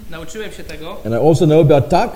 Nauczyłem się tego. And I also know about tak.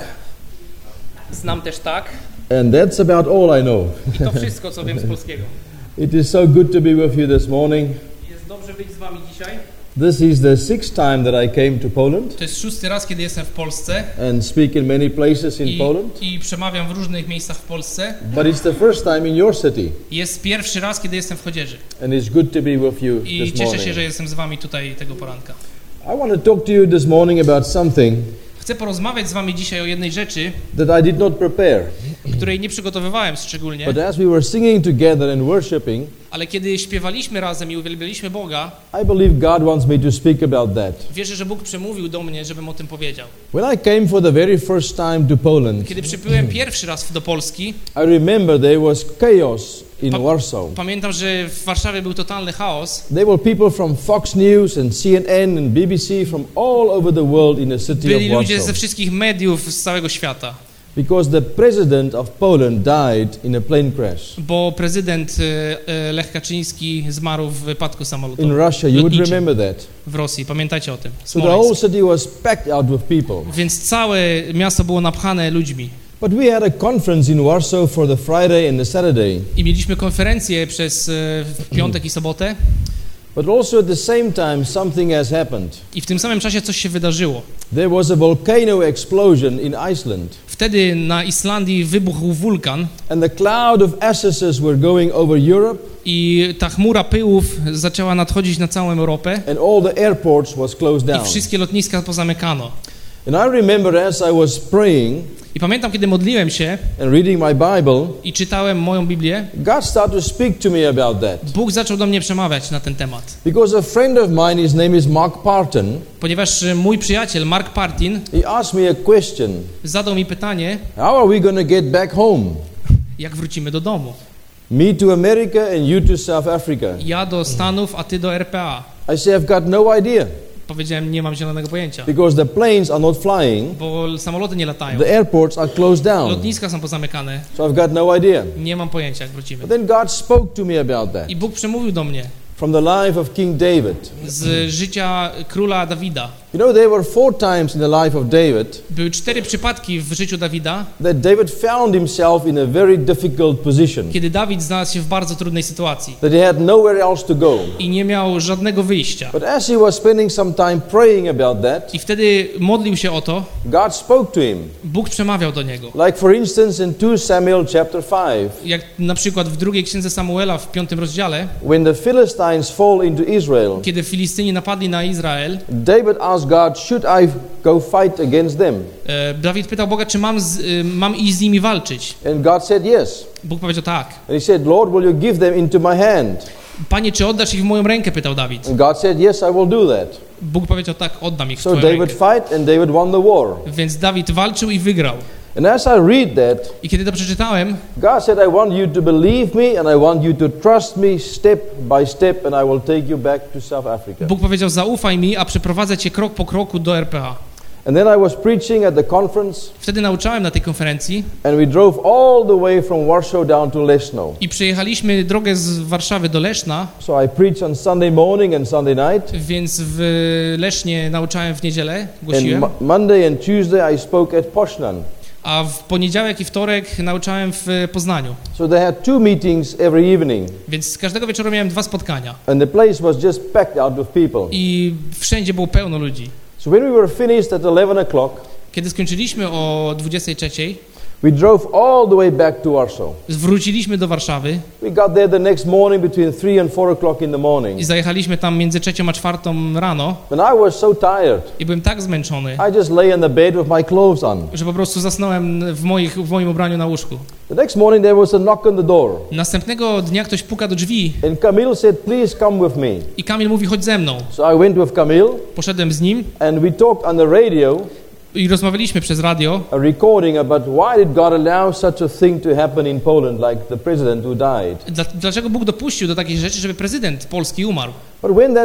Znam też tak. And that's about all I know. I to wszystko, co wiem z polskiego. It is so good to be with you this morning. Jest dobrze być z wami dzisiaj. This is the 6th time that I came to Poland To jest 6. raz, kiedy jestem w Polsce and speak in many places in Poland. i przemawiam w różnych miejscach w Polsce. But it's the first time in your city. Jest pierwszy raz, kiedy jestem w Chodzieży. And it's good to be with you I this cieszę się, morning. że jestem z wami tutaj tego poranka. I want to talk to you this morning about something Chcę porozmawiać z wami dzisiaj o jednej rzeczy, that I did not prepare. której nie przygotowywałem szczególnie, But as we were singing together and worshiping, ale kiedy śpiewaliśmy razem i uwielbialiśmy Boga, I believe God wants me to speak about that. wierzę, że Bóg przemówił do mnie, żebym o tym powiedział. When I came for the very first time to Poland, Kiedy przybyłem pierwszy raz do Polski, I remember there was chaos in Warsaw. pamiętam, że w Warszawie był totalny chaos. There were people from Fox News and CNN and BBC from all over the world in the city Byli of ludzie ze Warsaw. wszystkich mediów z całego świata, Because the president of Poland died in a plane crash. bo prezydent Lech Kaczyński zmarł w wypadku In samolotowym Russia, you would lotniczym remember that. w Rosji. Pamiętajcie o tym. So the whole Smoleńsk. city was packed out with people. Więc całe miasto było napchane ludźmi. But we had a conference in Warsaw for the Friday and the Saturday. I mieliśmy konferencję przez piątek i sobotę. But also at the same time, something has happened. I w tym samym czasie coś się wydarzyło. There was a volcano explosion in Iceland. Wtedy na Islandii wybuchł wulkan And the cloud of ashes were going over Europe. i ta chmura pyłów zaczęła nadchodzić na całą Europę And all the airports was closed i down. wszystkie lotniska pozamykano. And I remember as I was praying I pamiętam, kiedy modliłem się and reading my Bible, i czytałem moją Biblię, God started to speak to me about that. Bóg zaczął do mnie przemawiać na ten temat. Because a friend of mine, his name is Mark Parton, Ponieważ mój przyjaciel Mark Partin he asked me a question. zadał mi pytanie, How are we going to get back home? jak wrócimy do domu. Me to America and you to South Africa. Ja do Stanów, a ty do RPA. I say, I've got no idea. Powiedziałem, nie mam zielonego pojęcia, Because the planes are not flying. bo samoloty nie latają. The airports are closed down. Lotniska są pozamykane. So I've got no idea. Nie mam pojęcia, jak wrócimy. But then God spoke to me about that. I Bóg przemówił do mnie From the life of King David. z życia króla Dawida. You know, there were 4 times in the life of David Były 4 przypadki w życiu Dawida, that David found himself in a very difficult position. kiedy Dawid znalazł się w bardzo trudnej sytuacji That he had nowhere else to go. i nie miał żadnego wyjścia. But as he was spending some time praying about that, I wtedy modlił się o to, God spoke to him. Bóg przemawiał do niego. Like for instance in 2 Samuel chapter 5, Jak na przykład w drugiej księdze Samuela w 5 rozdziale, when the Philistines fall into Israel, kiedy Filistyni napadli na Izrael, David asked God, should I go fight against them? Dawid pytał Boga, czy mam iść z nimi walczyć. And God said yes. Bóg powiedział tak. And he said, Lord, will you give them into my hand? Panie, czy oddasz ich w moją rękę? Pytał Dawid. And God said, yes, I will do that. Bóg powiedział tak, oddam ich w So twoją David rękę. fight and David won the war. Więc Dawid walczył i wygrał. And as I read that, I kiedy to przeczytałem, God said, I want you to believe me and I want you to trust me step by step and I will take you back to South Africa. Bóg powiedział, zaufaj mi, a przeprowadzę cię krok po kroku do RPA. And then I was preaching at the conference Wtedy nauczałem na tej konferencji and we drove all the way from Warsaw down to Leszno. i przejechaliśmy drogę z Warszawy do Leszna, So I preached on Sunday morning and Sunday night. więc w Lesznie nauczałem w niedzielę, And głosiłem, Monday and Tuesday I spoke at Poznan. a w poniedziałek i wtorek nauczałem w Poznaniu. So they had 2 meetings every evening Więc każdego wieczoru miałem 2 spotkania and the place was just packed out with people. i wszędzie było pełno ludzi. So when we were finished at 11 o'clock, Kiedy skończyliśmy o 23:00, we drove all the way back to Warsaw. wróciliśmy do Warszawy We got there the next morning between 3 and 4 o'clock in the morning. i zajechaliśmy tam między 3 a 4 rano And I was so tired. i byłem tak zmęczony, I just lay in the bed with my clothes on. że po prostu zasnąłem w moim ubraniu na łóżku. The next morning there was a knock on the door. Następnego dnia ktoś puka do drzwi And Camille said, please come with me. i Kamil mówi, chodź ze mną. So I went with Camille Poszedłem z nim and we talked on the radio, i rozmawialiśmy przez radio, a recording about why did God allow such a thing to happen in Poland, like the president who died. dlaczego Bóg dopuścił do takiej rzeczy, żeby prezydent Polski umarł. But when that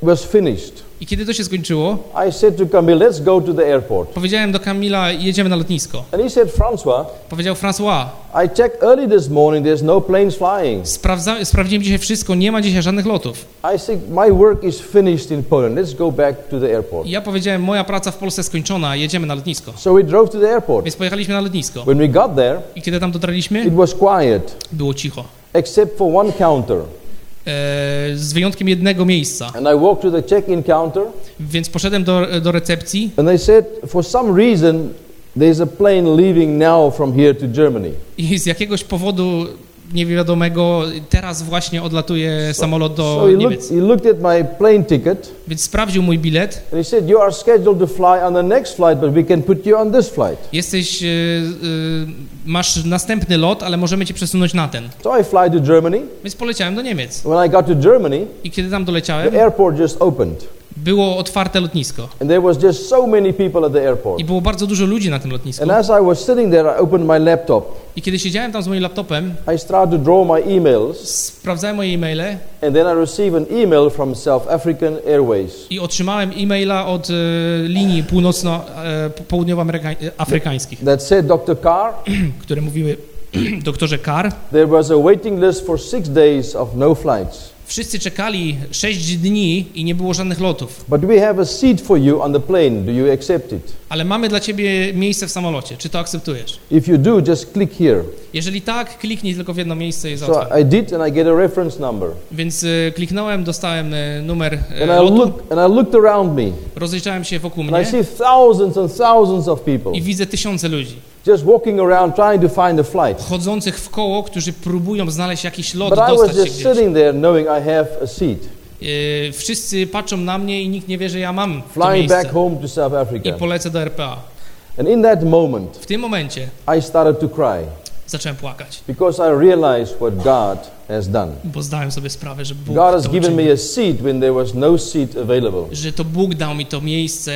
was finished, I kiedy to się skończyło, I said to Camille, let's go to the airport. powiedziałem do Kamila, jedziemy na lotnisko. And he said, Francois, Powiedział François, I checked early this morning, there's no planes flying. sprawdziłem dzisiaj wszystko, nie ma dzisiaj żadnych lotów. I said, my work is finished in Poland, let's go back to the airport. I ja powiedziałem, moja praca w Polsce skończona, jedziemy na lotnisko. So we drove to the airport. Więc pojechaliśmy na lotnisko. When we got there, I kiedy tam dotarliśmy, it was quiet, było cicho. except for one counter. Z wyjątkiem jednego miejsca. And I walked to the check-in counter, Więc poszedłem do recepcji and they said, for some reason, there's a plane leaving now from here to Germany. i z jakiegoś powodu niewiadomego teraz właśnie odlatuje samolot So do Niemiec. he looked at my plane ticket, Więc sprawdził mój bilet. and he said, you are scheduled to fly on the next flight, but we can put you on this flight. Masz następny lot, ale możemy cię przesunąć na ten. So I fly to Germany. Więc poleciałem do Niemiec. When I got to Germany, I kiedy tam doleciałem, the airport just opened. było otwarte lotnisko. And there was just so many people at the airport. I było bardzo dużo ludzi na tym lotnisku. And as I was sitting there, I opened my laptop. I kiedy siedziałem tam z moim laptopem, I started to draw my emails, sprawdzałem moje e-maile and then I received an email from South African Airways. i otrzymałem e-maila od linii południowoafrykańskich, That said, Dr. Carr, które mówiły, doktorze Carr, there was a waiting list for 6 days of no flights. wszyscy czekali 6 dni i nie było żadnych lotów. But we have a seat for you on the plane. Do you accept it? Ale mamy dla ciebie miejsce w samolocie. Czy to akceptujesz? If you do, just click here. Jeżeli tak, kliknij tylko w jedno miejsce i So załatwiam. I did, and I get a reference number. Więc kliknąłem, dostałem numer And lotu, I looked around me, rozejrzałem się wokół and I mnie see thousands and thousands of people i widzę tysiące ludzi just walking around trying to find a flight. chodzących w koło, którzy próbują znaleźć jakiś lot, But I was dostać się just gdzieś. sitting there knowing I have a seat, Wszyscy patrzą na mnie i nikt nie wie, że ja mam to flying back miejsce home to South i Africa. polecę do RPA. And in that moment, W tym momencie I started to cry zacząłem płakać, because I realized what God has done. bo zdałem sobie sprawę, że Bóg God has to given uczynił, me a seat when there was no seat available. że to Bóg dał mi to miejsce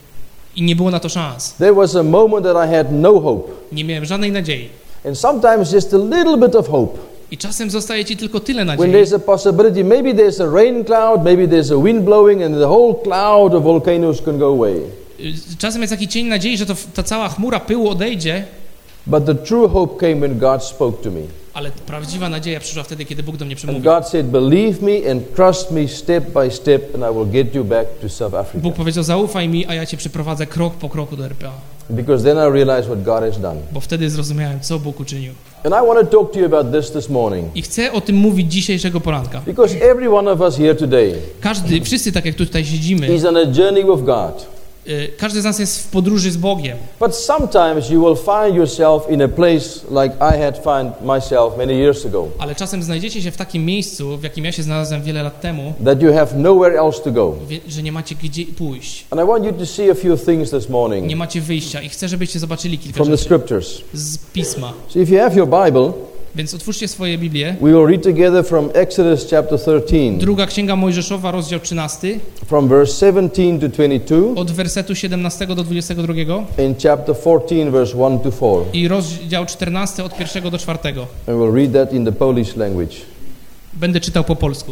i nie było na to szans. There was a moment that I had no hope. Nie miałem żadnej nadziei. And sometimes just a little bit of hope. I czasem zostaje ci tylko tyle When nadziei, there's a possibility, maybe there's a rain cloud, maybe there's a wind blowing, and the whole cloud of volcanoes can go away. czasem jest taki cień nadziei, że ta cała chmura pyłu odejdzie, But the true hope came when God spoke to me. ale prawdziwa nadzieja przyszła wtedy, kiedy Bóg do mnie And przemówił. God said, believe me and trust me step by step, and I will get you back to South Africa. Bóg powiedział, zaufaj mi, a ja cię przyprowadzę krok po kroku do RPA. Because then I realized what God has done. Bo wtedy zrozumiałem, co Bóg uczynił. And I want to talk to you about this morning. I chcę o tym mówić dzisiejszego poranka. Because every one of us here today Wszyscy, tak jak tutaj siedzimy, is on a journey with God. każdy z nas jest w podróży z Bogiem. But sometimes you will find yourself in a place like I had found myself many years ago. Ale czasem znajdziecie się w takim miejscu, w jakim ja się znalazłem wiele lat temu, That you have nowhere else to go. że nie macie gdzie pójść. And I want you to see a few things this morning Nie macie wyjścia i chcę, żebyście zobaczyli kilka from the rzeczy scriptures. z Pisma. So if you have your Bible, Więc otwórzcie swoje Biblię. we will read together from Exodus chapter 13, Druga Księga Mojżeszowa, rozdział 13, from verse 17 to 22, od wersetu 17 do 22 and chapter 14, verse 1 to 4. i rozdział 14 od 1 do 4. And we'll read that in the Polish language. Będę czytał po polsku.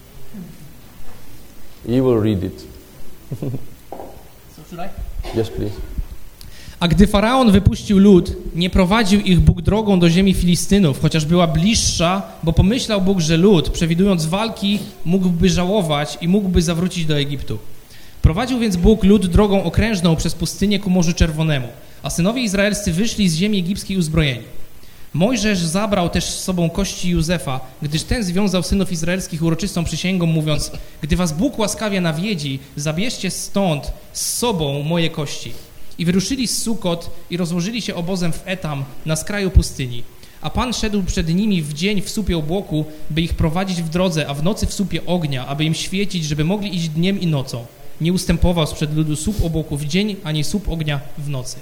You will read it. Yes, please. A gdy Faraon wypuścił lud, nie prowadził ich Bóg drogą do ziemi Filistynów, chociaż była bliższa, bo pomyślał Bóg, że lud, przewidując walki, mógłby żałować i mógłby zawrócić do Egiptu. Prowadził więc Bóg lud drogą okrężną przez pustynię ku Morzu Czerwonemu, a synowie izraelscy wyszli z ziemi egipskiej uzbrojeni. Mojżesz zabrał też z sobą kości Józefa, gdyż ten związał synów izraelskich uroczystą przysięgą, mówiąc: gdy was Bóg łaskawie nawiedzi, zabierzcie stąd z sobą moje kości. I wyruszyli z Sukot i rozłożyli się obozem w Etam na skraju pustyni. A Pan szedł przed nimi w dzień w słupie obłoku, by ich prowadzić w drodze, a w nocy w słupie ognia, aby im świecić, żeby mogli iść dniem i nocą. Nie ustępował sprzed ludu słup obłoku w dzień, ani słup ognia w nocy.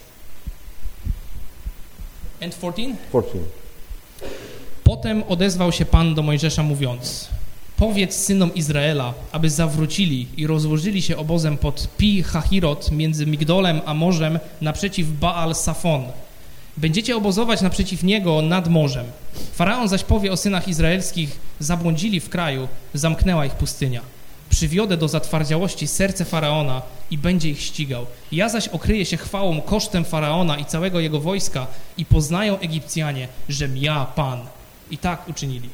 And 14? 14. Potem odezwał się Pan do Mojżesza, mówiąc: powiedz synom Izraela, aby zawrócili i rozłożyli się obozem pod Pi-Hahirot między Migdolem a morzem naprzeciw Baal-Safon. Będziecie obozować naprzeciw niego nad morzem. Faraon zaś powie o synach izraelskich: zabłądzili w kraju, zamknęła ich pustynia. przywiodę do zatwardziałości serce Faraona i będzie ich ścigał. Ja zaś okryję się chwałą kosztem Faraona i całego jego wojska i poznają Egipcjanie, żem ja Pan. I tak uczynili.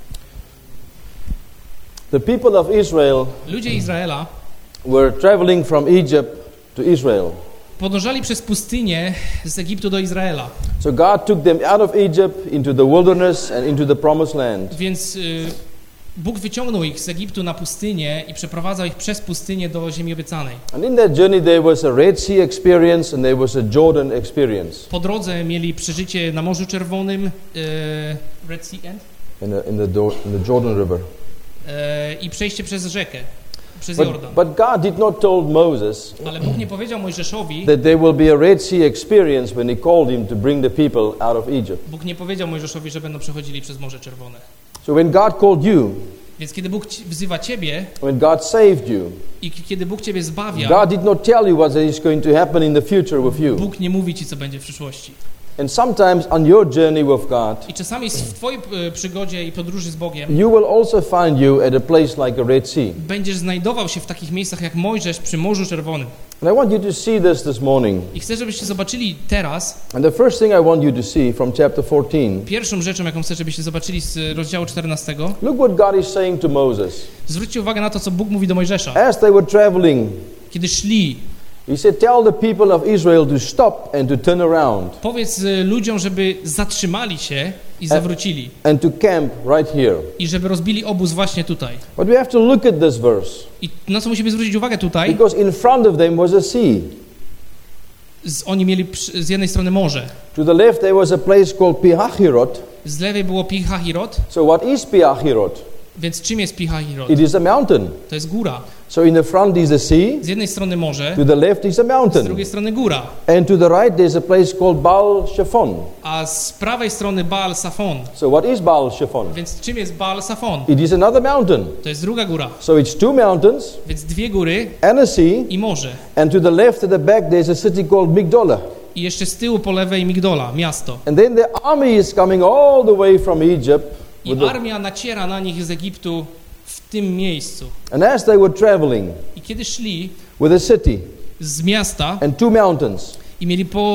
The people of Israel Ludzie Izraela were traveling from Egypt to Israel. podążali przez pustynię z Egiptu do Izraela. So God took them out of Egypt into the wilderness and into the promised land. Więc Bóg wyciągnął ich z Egiptu na pustynię i przeprowadzał ich przez pustynię do ziemi obiecanej. And in that journey there was a Red Sea experience and there was a Jordan experience. Po drodze mieli przeżycie na Morzu Czerwonym, Red Sea End? In the Jordan River. I przejście przez rzekę, przez Jordan. But God did not tell Moses Ale Bóg nie powiedział Mojżeszowi, that there will be a Red Sea experience when he called him to bring the people out of Egypt. Bóg nie powiedział Mojżeszowi, że będą przechodzili przez Morze Czerwone. So when God called you, Więc kiedy Bóg wzywa ciebie when God saved you, i kiedy Bóg ciebie zbawia, God did not tell you what is going to happen in the future with you. Bóg nie mówi ci, co będzie w przyszłości. And sometimes on your journey with God, I czasami w twojej przygodzie i podróży z Bogiem you will also find you at a place like a Red Sea. będziesz znajdował się w takich miejscach jak Mojżesz przy Morzu Czerwonym. And I want you to see this morning. I chcę, żebyście zobaczyli teraz, And the first thing I want you to see from chapter 14, pierwszą rzeczą, jaką chcę, żebyście zobaczyli z rozdziału 14, look what God is saying to Moses. zwróćcie uwagę na to, co Bóg mówi do Mojżesza. As they were traveling, Kiedy szli, he said, tell the people of Israel to stop and to turn around powiedz ludziom, żeby zatrzymali się i zawrócili. and to camp right here. I żeby rozbili obóz właśnie tutaj. But we have to look at this verse I na co musimy zwrócić uwagę tutaj? because in front of them was a sea. Oni mieli z jednej strony morze. To the left there was a place called Pihahirot. Z lewej było Pi-hahirot. So what is Pihahirot? Więc czym jest Pi-hahirot? It is a mountain. To jest góra. So in the front is the sea, Z jednej strony morze, to the left is a z mountain. drugiej strony góra. And to the right there's a place called Baal Shephon. A z prawej strony Baal Safon. So what is Baal Shephon? Więc czym jest Baal Safon? It is another mountain. To jest druga góra. So it's two mountains Więc dwie góry and a sea. i morze. And to the left at the back there's a city called Migdolah. I jeszcze z tyłu po lewej Migdola, miasto. And then the army is coming all the way from Egypt. I armia naciera na nich z Egiptu w tym miejscu. And as they were traveling I kiedy szli with a city z miasta and two mountains i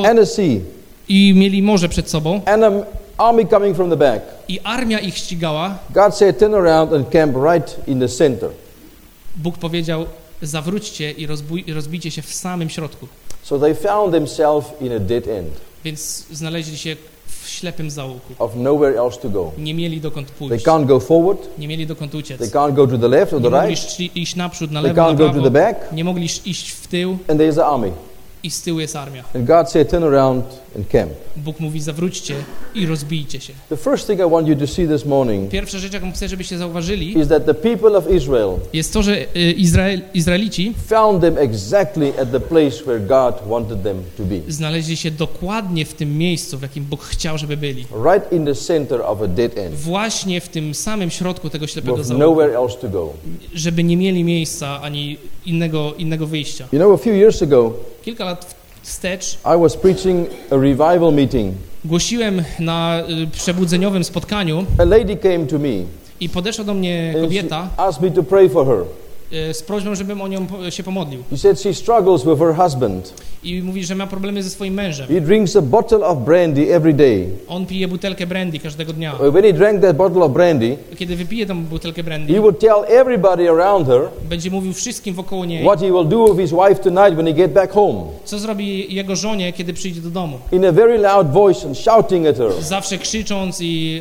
mieli morze przed sobą and an army coming from the back, i armia ich ścigała, God said, turn around and camp right in the center. Bóg powiedział, zawróćcie i rozbijcie się w samym środku. So they found themselves in a dead end Więc znaleźli się w ślepym zaułku. of nowhere else to go. Nie mieli dokąd They pójść. can't go forward. Nie mieli dokąd uciec. They can't go to the left or Nie the mogli right. iść naprzód, na They lewo, na can't go to prawo. the back. Nie mogli iść w tył And there's the army. i z tyłu jest armia. And God said, turn around and camp. Bóg mówi, zawróćcie i rozbijcie się. The first thing I want you to see this morning Pierwsza rzecz, jaką chcę, żebyście zauważyli, is that the people of Israel jest to, że Izraelici found them exactly at the place where God wanted them to be. znaleźli się dokładnie w tym miejscu, w jakim Bóg chciał, żeby byli. Right in the center of a dead end. Właśnie w tym samym środku tego ślepego With zaułku, nowhere else to go. żeby nie mieli miejsca ani innego wyjścia. You know, a few years ago, Kilka lat wstecz I was preaching a revival meeting. głosiłem na przebudzeniowym spotkaniu A lady came to me i podeszła do mnie and she kobieta asked me to pray for her. z prośbą, żebym o nią się pomodlił. She said she struggles with her husband. I mówi, że ma problemy ze swoim mężem. He drinks a bottle of brandy every day. On pije butelkę brandy każdego dnia. When he drank that bottle of brandy, Kiedy wypije tę butelkę he brandy, would tell everybody around her będzie mówił wszystkim wokoło niej, what he will do with his wife tonight when he get back home. co zrobi jego żonie, kiedy przyjdzie do domu. In a very loud voice and shouting at her. Zawsze krzycząc i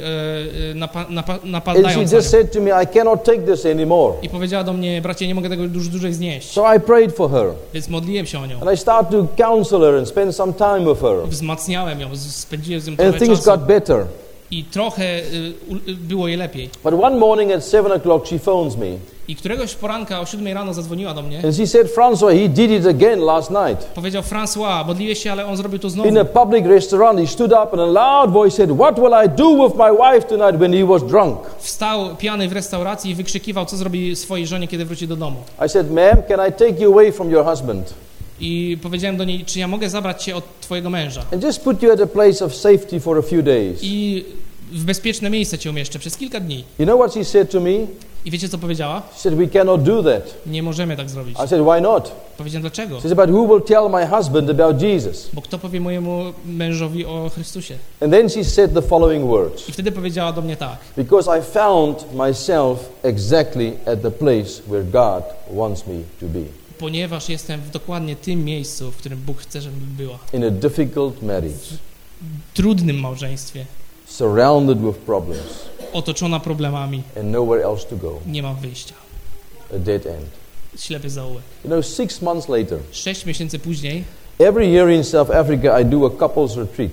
And she napadając na just nią. said to me, I cannot take this anymore. I powiedziała do mnie, bracie, nie mogę tego już dłużej znieść. So I prayed for her. Więc modliłem się o nią. And I started to counsel her and spend some time with her. Wzmacniałem ją, spędziłem z nią And trochę things czasu got better. i trochę było jej lepiej. But one morning at 7 o'clock she phones me. I któregoś poranka o 7 rano zadzwoniła do mnie. And she said, Francois, he did it again last night. Powiedział, François, modliłeś się, ale on zrobił to znowu. In a public restaurant, he stood up and a loud voice said, what will I do with my wife tonight when he was drunk? Wstał pijany w restauracji i wykrzykiwał, co zrobi swojej żonie, kiedy wróci do domu. I said, ma'am, can I take you away from your husband? I powiedziałem do niej, czy ja mogę zabrać cię od twojego męża And just put you at a place of safety for a few days. i w bezpieczne miejsce cię umieszczę przez kilka dni. You know what she said to me? I wiecie, co powiedziała? She said, we cannot do that. Nie możemy tak zrobić. I said, why not? Powiedziałem, dlaczego? She said, but who will tell my husband about Jesus? Bo kto powie mojemu mężowi o Chrystusie? And then she said the following words. I wtedy powiedziała do mnie tak. Because I found myself exactly at the place where God wants me to be. Ponieważ jestem w dokładnie tym miejscu, w którym Bóg chce, żebym była. In a difficult marriage. W trudnym małżeństwie. Surrounded with problems. Otoczona problemami. And nowhere else to go. Nie ma wyjścia. A dead end. Ślepy zaułek. 6 months later. 6 miesięcy później. Every year in South Africa I do a couples retreat.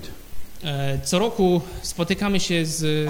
Co roku spotykamy się z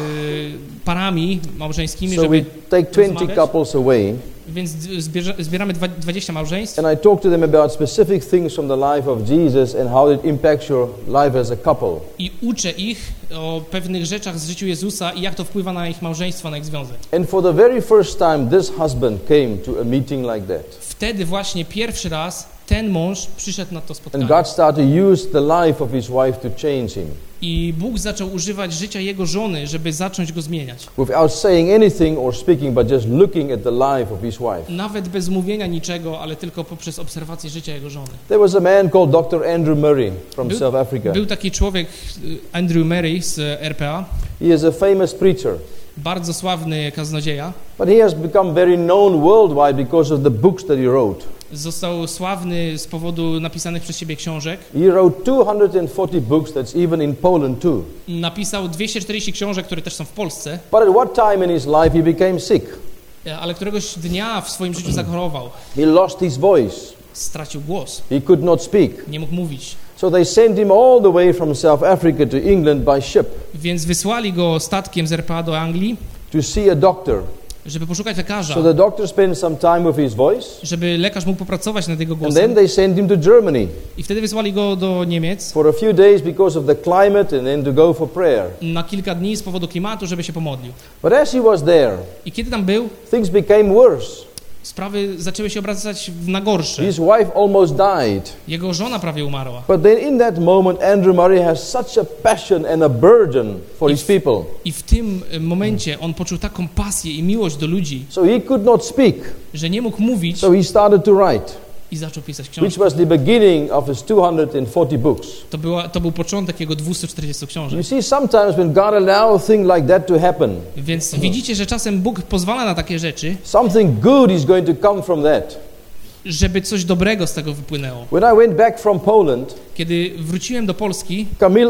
parami małżeńskimi, So żeby we take 20 couples away. Więc zbieramy 20 małżeństw. And I talk to them about specific things from the life of Jesus and how it impacts your life as a couple. I uczę ich o pewnych rzeczach z życia Jezusa i jak to wpływa na ich małżeństwo, na ich związek. And for the very first time this husband came to a meeting like that. Wtedy właśnie pierwszy raz ten mąż przyszedł na to spotkanie. And God started to use the life of his wife to change him. I Bóg zaczął używać życia jego żony, żeby zacząć go zmieniać. Without saying anything or speaking, but just looking at the life of his wife. Nawet bez mówienia niczego, ale tylko poprzez obserwację życia jego żony. There was a man called Dr. Andrew Murray from South Africa. Był taki człowiek, Andrew Murray z RPA. He is a famous preacher. Bardzo sławny kaznodzieja. But he has become very known worldwide because of the books that he wrote. Został sławny z powodu napisanych przez siebie książek. He wrote 240 books, that's even in Poland too. Napisał 240 książek, które też są w Polsce. But at what time in his life he became sick? Ale któregoś dnia w swoim życiu zachorował. He lost his voice. Stracił głos. He could not speak. Nie mógł mówić. So they sent him all the way from South Africa to England by ship. Więc wysłali go statkiem z RPA do Anglii, to see a doctor. Żeby poszukać lekarza. So the doctor spent some time with his voice. Żeby lekarz mógł popracować nad jego And głosem. then they sent him to Germany. I wtedy wysłali go do Niemiec. For a few days because of the climate and then to go for prayer. Na kilka dni z powodu klimatu, żeby się pomodlił. But as he was there, I kiedy tam był, things became worse. Sprawy zaczęły się obracać na gorsze. His wife almost died. Jego żona prawie umarła. But then in that moment Andrew Murray has such a passion and a burden for his people. I w tym momencie on poczuł taką pasję i miłość do ludzi. So he could not speak. Że nie mógł mówić. So he started to write. I zaczął pisać książki. Which was the beginning of his 240 books. To był początek jego 240 książek. You see, sometimes when God allows a thing like that to happen. Więc widzicie, że czasem Bóg pozwala na takie rzeczy. Something good is going to come from that. Żeby coś dobrego z tego wypłynęło. When I went back from Poland, kiedy wróciłem do Polski,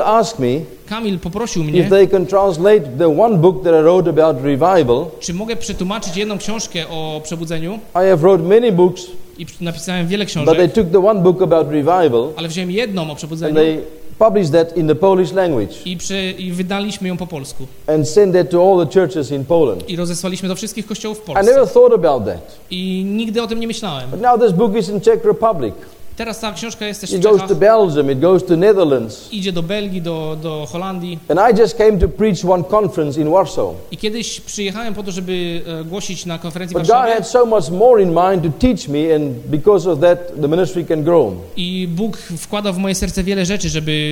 Kamil poprosił mnie, if they can translate the one book that I wrote about revival. Czy mogę przetłumaczyć jedną książkę o przebudzeniu? I have wrote many books. I napisałem wiele książek. But they took the one book about revival. Ale wziąłem jedną o przebudzeniu. And they published that in the Polish language. I wydaliśmy ją po polsku. And sent that to all the churches in Poland. I rozesłaliśmy do wszystkich kościołów w Polsce. I never thought about that. I nigdy o tym nie myślałem. But now this book is in Czech Republic. Teraz ta książka jest też It w goes Czechach. to Belgium, it goes to Netherlands. Idzie do Belgii, do Holandii. And I just came to preach one conference in Warsaw. I kiedyś przyjechałem po to, żeby głosić na konferencji w But God Warszawie. had so much more in mind to teach me, and because of that the ministry can grow. I Bóg wkładał w moje serce wiele rzeczy,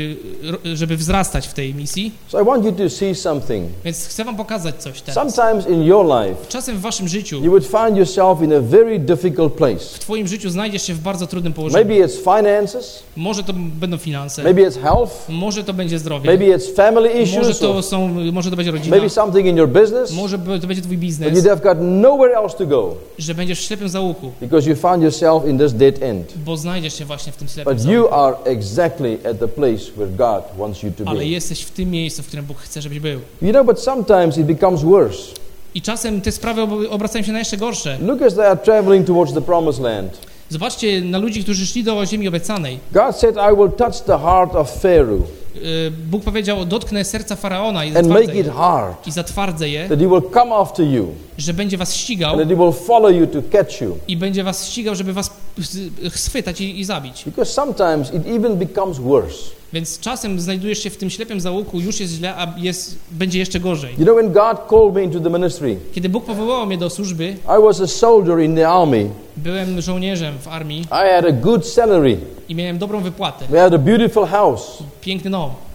żeby wzrastać w tej misji. So I want you to see something. Więc chcę wam pokazać coś teraz. Sometimes in your life, czasem w waszym życiu, you would find yourself in a very difficult place. w twoim życiu znajdziesz się w bardzo trudnym położeniu. Maybe it's finances. Może to będą finanse. Maybe it's health. Może to będzie zdrowie. Maybe it's family issues. Może to będzie rodzina. Maybe something in your business. Może to będzie twój biznes. But you have got nowhere else to go. Że będziesz w ślepym zaułku. Because you found yourself in this dead end. Bo znajdziesz się właśnie w tym ślepym But zaułku. you are exactly at the place where God wants you to Ale be. jesteś w tym miejscu, w którym Bóg chce, żebyś był. You know, but sometimes it becomes worse. I czasem te sprawy obracają się na jeszcze gorsze. Look as they are traveling towards the promised land. Zobaczcie na ludzi, którzy szli do ziemi obiecanej. God said, I will touch the heart of Pharaoh. Bóg powiedział, dotknę serca Faraona and make it hard. I zatwardzę je. That he will come after you. Że będzie was ścigał. And that he will follow you to catch you. I będzie was ścigał, żeby was schwytać i zabić. Because sometimes it even becomes worse. Więc czasem znajdujesz się w tym ślepym zaułku, już jest źle, a będzie jeszcze gorzej. You know, when God called me into the ministry, kiedy Bóg powołał mnie do służby, I was a soldier in the army. Byłem żołnierzem w armii. I had a good salary. I miałem dobrą wypłatę. We had a beautiful house. Piękny dom.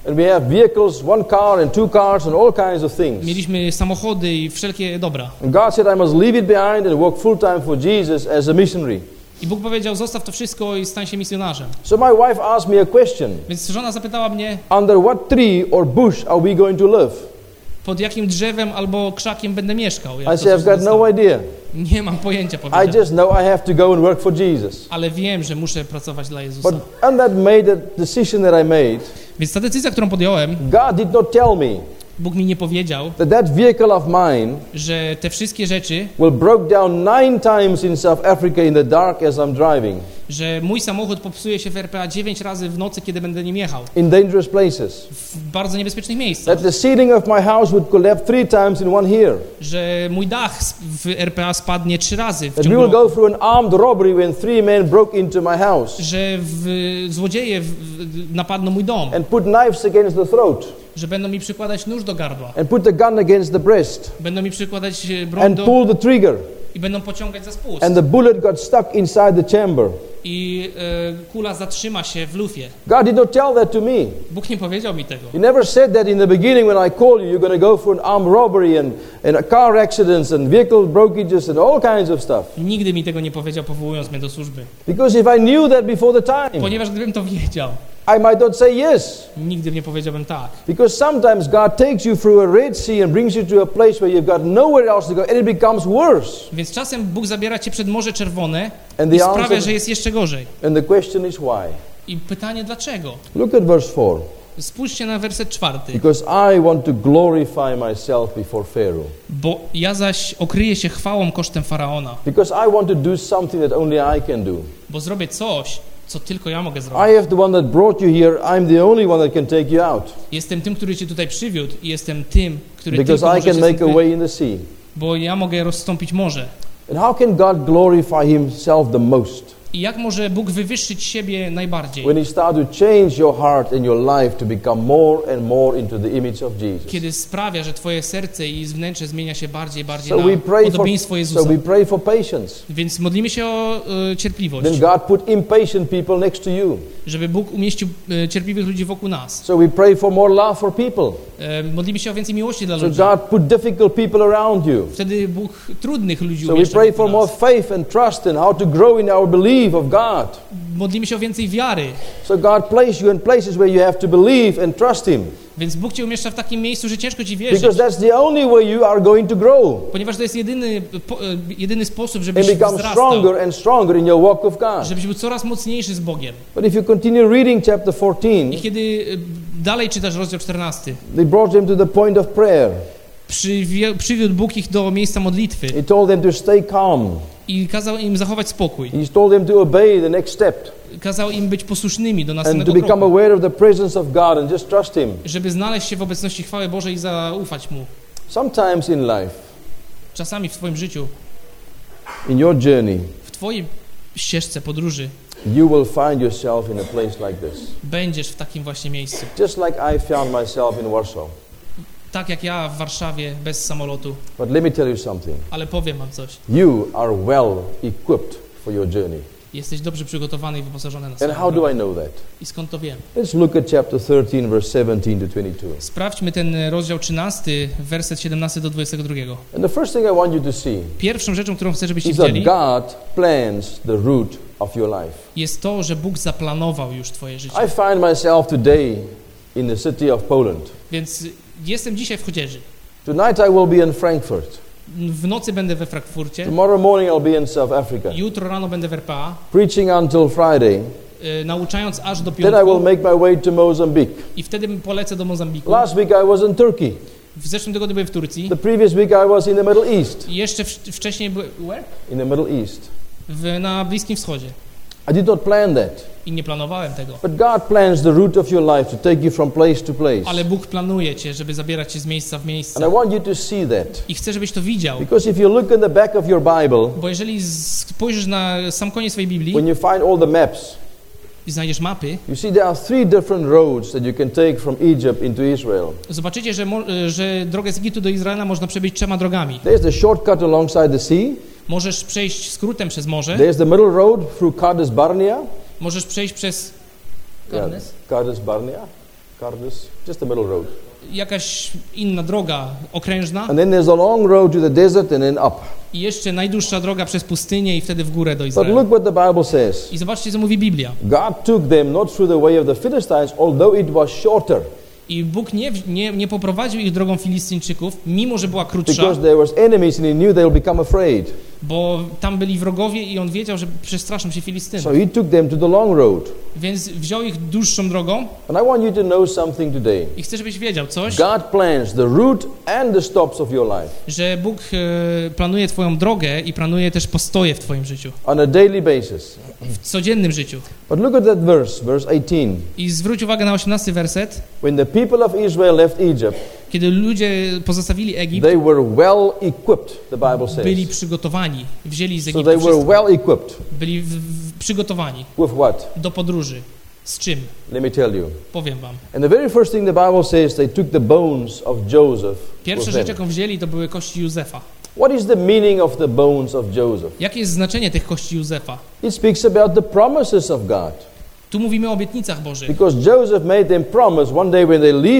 And we have vehicles, one car and two cars and all kinds of things. Mieliśmy samochody i wszelkie dobra. And God said, I must leave it behind and work full time for Jesus as a missionary. I Bóg powiedział, zostaw to wszystko i stań się misjonarzem. So my wife asked me a question. Więc żona zapytała mnie, Under what tree or bush are we going to live? pod jakim drzewem albo krzakiem będę mieszkał. I said, I've got no idea. Nie mam pojęcia, I powiedziałem. just know I have to go and work for Jesus. Ale wiem, że muszę pracować dla Jezusa. But on that decision that I made, Więc ta decyzja, którą podjąłem, God did not tell me Bóg mi nie powiedział, that vehicle of mine że te wszystkie rzeczy, will broke down 9 times in South Africa in the dark as I'm driving. że mój samochód popsuje się w RPA 9 razy w nocy, kiedy będę nim jechał. In dangerous places. W bardzo niebezpiecznych miejscach. That the ceiling of my house would collapse 3 times in one year. Że mój dach w RPA spadnie 3 razy w That we ciągu will roku. go through an armed robbery when 3 men broke into my house. Że złodzieje napadną mój dom. And put knives against the throat. Że będą mi przykładać nóż do gardła. And put the gun against the breast. Będą mi przykładać broń And pull the trigger. i będą pociągać za spust. And the bullet got stuck inside the chamber. I kula zatrzyma się w lufie. God did not tell that to me. Bóg nie powiedział mi tego. He never said that in the beginning when I call you, you're going to go for an armed robbery and car accidents and vehicle breakages and all kinds of stuff. Nigdy mi tego nie powiedział, powołując mnie do służby. Because if I knew that before the time, Ponieważ gdybym to wiedział, I might not say yes. nigdy nie powiedziałbym tak. Because sometimes God takes you through a Red Sea and brings you to a place where you've got nowhere else to go and it becomes worse. Więc czasem Bóg zabiera cię przed Morze Czerwone And i the sprawia, answer- że jest jeszcze gorzej. And the question is why? I pytanie dlaczego? Look at verse 4. Spójrzcie na werset 4. Because I want to glorify myself before Pharaoh. Bo ja zaś okryję się chwałą kosztem Faraona. Because I want to do something that only I can do. Bo zrobię coś, co tylko ja mogę zrobić. I have the one that brought you here. I'm the only one that can take you out. Jestem tym, który cię tutaj przywiódł i jestem tym, który Because tylko I może can cię make a stąd way in the sea. bo ja mogę rozstąpić morze. And how can God glorify himself the most? I jak może Bóg wywyższyć siebie najbardziej? When he starts to change your heart and your life to become more and more into the image of Jesus. Kiedy sprawia, że twoje serce i wnętrze zmienia się bardziej So na we podobieństwo Jezusa. pray for patience. Więc modlimy się o cierpliwość, Then God put impatient people next to you. żeby Bóg umieścił cierpliwych ludzi wokół nas. So we pray for more love for people. Modlimy się o więcej miłości dla So ludzi. God put difficult people around you. Wtedy Bóg trudnych ludzi So we umieszcza pray wokół for more nas. faith and trust and how to grow in our belief of God. Modlimy się o więcej wiary. So God placed you in places where you have to believe and trust him. Więc Bóg cię umieszcza w takim miejscu, że ciężko ci wierzyć. Because that's the only way you are going to grow. Ponieważ to jest jedyny sposób, żebyś And become wzrastał. stronger and stronger in your walk of God. Żebyś był coraz mocniejszy z Bogiem. But if you continue reading chapter 14, I kiedy dalej czytasz rozdział 14, they brought them to the point of prayer. przywiódł Bóg ich do miejsca modlitwy He told them to stay calm. i kazał im zachować spokój. He told them to obey the next step Kazał im być posłusznymi do and następnego to become kroku, aware of the presence of God and just trust him. żeby znaleźć się w obecności chwały Bożej i zaufać Mu. Sometimes in life, Czasami w twoim życiu, in your journey, w twojej ścieżce podróży you will find yourself in a place like this. będziesz w takim właśnie miejscu. Just like I found myself in Warsaw. Tak jak ja w Warszawie bez samolotu. But let me tell you something. Ale powiem wam coś. You are well equipped for your journey. Jesteś dobrze przygotowany i wyposażony na And swoją how drogę. do I know that? I skąd to wiem? Let's look at chapter 13, verse 17 to 22. Sprawdźmy ten rozdział 13, werset 17 do 22. And the first thing I want you to see Pierwszą rzeczą, którą chcę, żebyście is that widzieli, God plans the route of your life. jest to, że Bóg zaplanował już twoje życie. I find myself today in the city of Poland. Więc jestem dzisiaj w Chodzieży. Tonight I will be in Frankfurt. W nocy będę we Frankfurcie. Tomorrow morning I'll be in South Africa. Jutro rano będę w RPA. Preaching until Friday. Nauczając aż do Then I will piątku. make my way to Mozambique. I wtedy polecę do Mozambiku. Last week I was in Turkey. W zeszłym tygodniu byłem w Turcji. The previous week I was in the Middle East. I jeszcze wcześniej byłem where? In the Middle East. Na Bliskim Wschodzie. I did not plan that. I nie planowałem tego. But God plans the route of your life to take you from place to place. Ale Bóg planuje cię, żeby zabierać cię z miejsca w And miejsce. I want you to see that. I chcę, żebyś to widział. Because if you look in the back of your Bible, Bo jeżeli spojrzysz na sam koniec swojej Biblii when you find all the maps, i znajdziesz mapy, you see there are 3 different roads that you can take from Egypt into Israel. zobaczycie, że drogę z Egiptu do Izraela można przebyć 3 drogami. There's the shortcut alongside the sea. Możesz przejść skrótem przez morze. There's the middle road through Kadesh Barnea. Możesz przejść przez Yeah, Kadesh Barnea. Cardus, just a middle road. Jakaś inna droga okrężna And then there's a long road to the desert and then up. i jeszcze najdłuższa droga przez pustynię i wtedy w górę do But Izraela. look what the Bible says. I zobaczcie, co mówi Biblia. God took them not through the way of the Philistines, although it was shorter, I Bóg nie poprowadził ich drogą Filistyńczyków, mimo że była krótsza, because there was enemies and he knew they would become afraid. bo tam byli wrogowie i on wiedział, że przestraszą się Filistynów. So he took them to the long road. Więc wziął ich dłuższą drogą And I want you to know something today. i chcę, żebyś wiedział coś, God plans the route and the stops of your life że Bóg planuje twoją drogę i planuje też postoje w twoim życiu, on a daily basis. w codziennym życiu. But look at that verse 18. I zwróć uwagę na 18 werset. When the people of Israel left Egypt, Kiedy ludzie pozostawili Egipt, they were well equipped, the Bible byli says. przygotowani, wzięli z So Egiptu they were wszystko. well equipped. Byli przygotowani With what? do podróży. Z czym? Let me tell you. Powiem wam. And the very first thing the Bible says, they took the bones of Joseph Pierwsza with rzecz, them. jaką wzięli, to były kości Józefa. What is the meaning of the bones of Joseph? Jakie jest znaczenie tych kości Józefa? It speaks about the promises of God. Tu mówimy o obietnicach Bożych. Because Joseph made them promise one day when they leave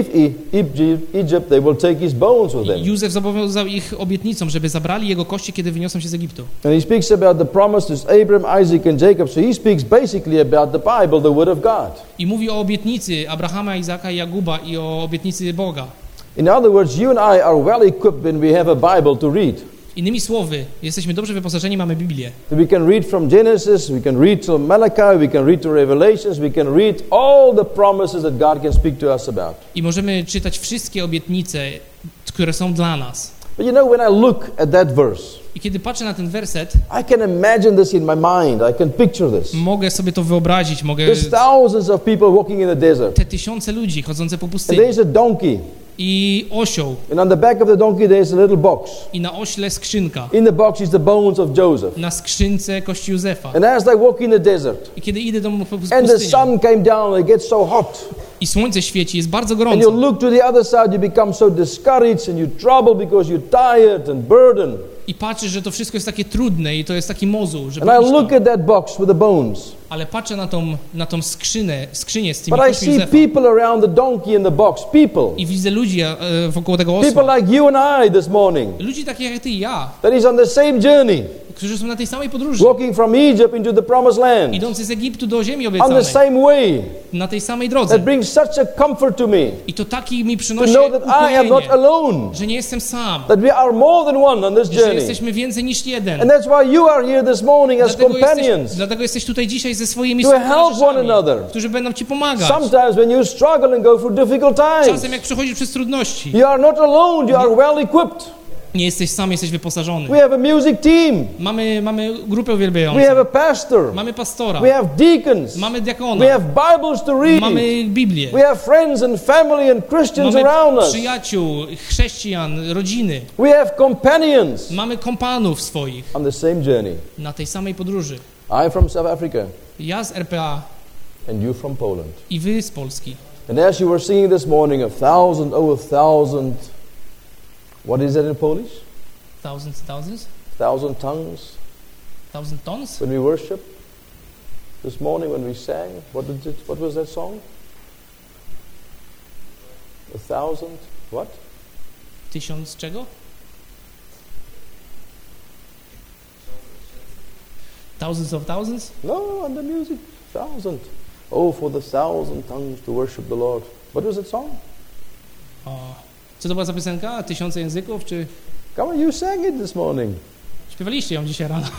Egypt, they will take his bones with them. Józef zobowiązał ich obietnicą, żeby zabrali jego kości, kiedy wyniosą się z Egiptu. And he speaks about the promise to Abraham, Isaac and Jacob. So he speaks basically about the Bible, the Word of God. I mówi o obietnicy Abrahama, Izaka i Jakuba i o obietnicy Boga. In other words, you and I are well equipped when we have a Bible to read. Innymi słowy, jesteśmy dobrze wyposażeni, mamy Biblię. We can read from Genesis, we can read to Malachi, we can read to Revelations, we can read all the promises that God can speak to us about. I możemy czytać wszystkie obietnice, które są dla nas. But you know, when I look at that verse, I kiedy patrzę na ten werset, I can imagine this in my mind. I can picture this. mogę sobie to wyobrazić, mogę There's thousands of people walking in the desert. te tysiące ludzi chodzące po And pustyni there's a donkey. i osioł And on the back of the donkey there's a little box. i na ośle skrzynka, In the box is the bones of Joseph. na skrzynce kości Józefa. And as they walk in the desert, I kiedy idę do and the pustyni sun came down and it gets so hot, i słońce świeci, jest bardzo and you gorąco look to the other side, you become so discouraged and you're troubled because you're tired and burdened. i patrzysz, że to wszystko jest takie trudne i to jest taki mozuł, że And I look at that box with the bones, ale patrzę na tą skrzynię z tymi but I kośćmi see Józefa people around the donkey in the box, people. i widzę ludzi wokół tego People osła. like you and I this morning, Ludzi takich jak ty i ja, that is on the same journey, którzy są na tej samej podróży, walking from Egypt into the promised land, idący z Egiptu do ziemi on the obiecanej, same way. na tej samej drodze. That brings such a comfort to me I to taki mi to przynosi know that I am not ukojenie, alone, że nie jestem sam, that we are more than one on this że journey. jesteśmy więcej niż jeden. And that's why you are here this morning as companions, Dlatego jesteś tutaj dzisiaj ze swoimi to help one towarzyszami, another. którzy będą ci pomagać. Sometimes when you struggle and go through difficult times, Czasem jak przechodzisz przez trudności, you are not alone, you are well equipped. nie jesteś sam, jesteś wyposażony. We have a music team, Mamy grupę we uwielbiającą, have a pastor, mamy pastora, we have deacons, mamy we diakona, have Bibles to read, mamy Biblię, we have friends and family and Christians mamy around us, przyjaciół, chrześcijan, rodziny, we have companions mamy kompanów swoich on the same journey. na tej samej podróży. I from South Africa Ja z RPA and you from Poland. i wy z Polski. And as you were singing this morning, over 1,000, what is that in Polish? Thousands. 1,000 tongues. 1000 tons? When we worship this morning, when we sang, what was that song? 1,000, what? 1000 czego? Thousands of thousands? No, on the music, 1,000. Oh, for the 1,000 tongues to worship the Lord. What was that song? O, co to była za piosenka? 1000 języków? Czy Come on, you sang it this morning. śpiewaliście ją dzisiaj rano?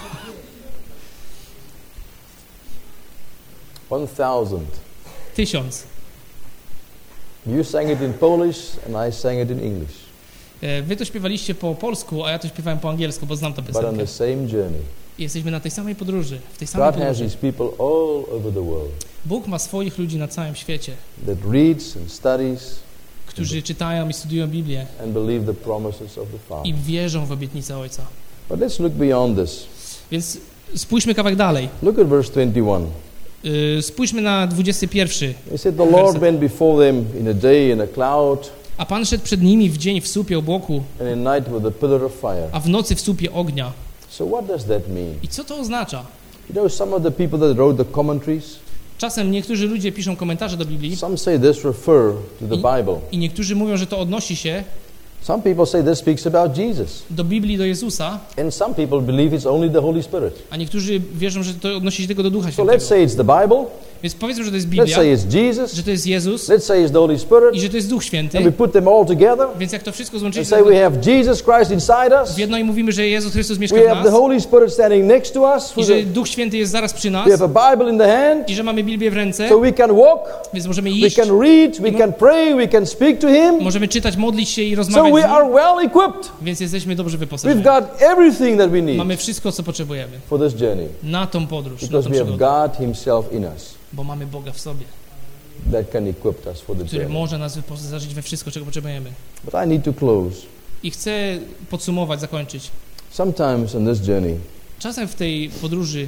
1,000. 1000. You sang it in Polish and I sang it in English. Wy to śpiewaliście po polsku, a ja to śpiewałem po angielsku, bo znam tę But on piosenkę. the same journey. I jesteśmy na tej samej podróży, w tej samej God has podróży. His people all over the world Bóg ma swoich ludzi na całym świecie, that reads and studies którzy czytają i studiują Biblię and believe the promises of the Father. i wierzą w obietnicę Ojca. But let's look beyond this. Więc spójrzmy kawałek dalej. Look at verse 21. Spójrzmy na 21. He said, the Lord went before them in a day in a cloud, A Pan szedł przed nimi w dzień w słupie obłoku, and in night with a pillar of fire. a w nocy w słupie ognia. So what does that mean? I co to oznacza? You know, some of the people that wrote the commentaries, Czasem niektórzy ludzie piszą komentarze do Biblii Some say this refer to the Bible. i niektórzy mówią, że to odnosi się Some people say this speaks about Jesus. do Biblii, do Jezusa, And some people believe it's only the Holy Spirit. a niektórzy wierzą, że to odnosi się tylko do Ducha So let's Świętego. say it's the Bible. Więc powiedzmy, że to jest Let's Biblia, say it's Jesus. że to jest Jezus Let's say it's the Holy i Spirit. że to jest Duch And we Święty. put them all together Więc jak to wszystko and złączyć say we have Jesus Christ inside us. w jedno i mówimy, że Jezus Chrystus mieszka We w have the nas Holy Spirit standing next to us. i że Duch Święty jest zaraz przy nas We have a Bible in the hand. i że mamy Biblię w ręce, So we can walk, więc możemy we iść, can read, we can pray, we can speak to Him. możemy czytać, modlić się i So rozmawiać we z Nim, are well equipped. więc jesteśmy dobrze We've wyposażeni. got everything that we need Mamy wszystko, co potrzebujemy for this journey na tą podróż, na because tą we have przygodę, God Himself in us bo mamy Boga w sobie, that can equip us for the który journey. może nas wyposażyć we wszystko, czego potrzebujemy. But I need to close. I chcę podsumować, zakończyć. Sometimes in this journey, Czasem w tej podróży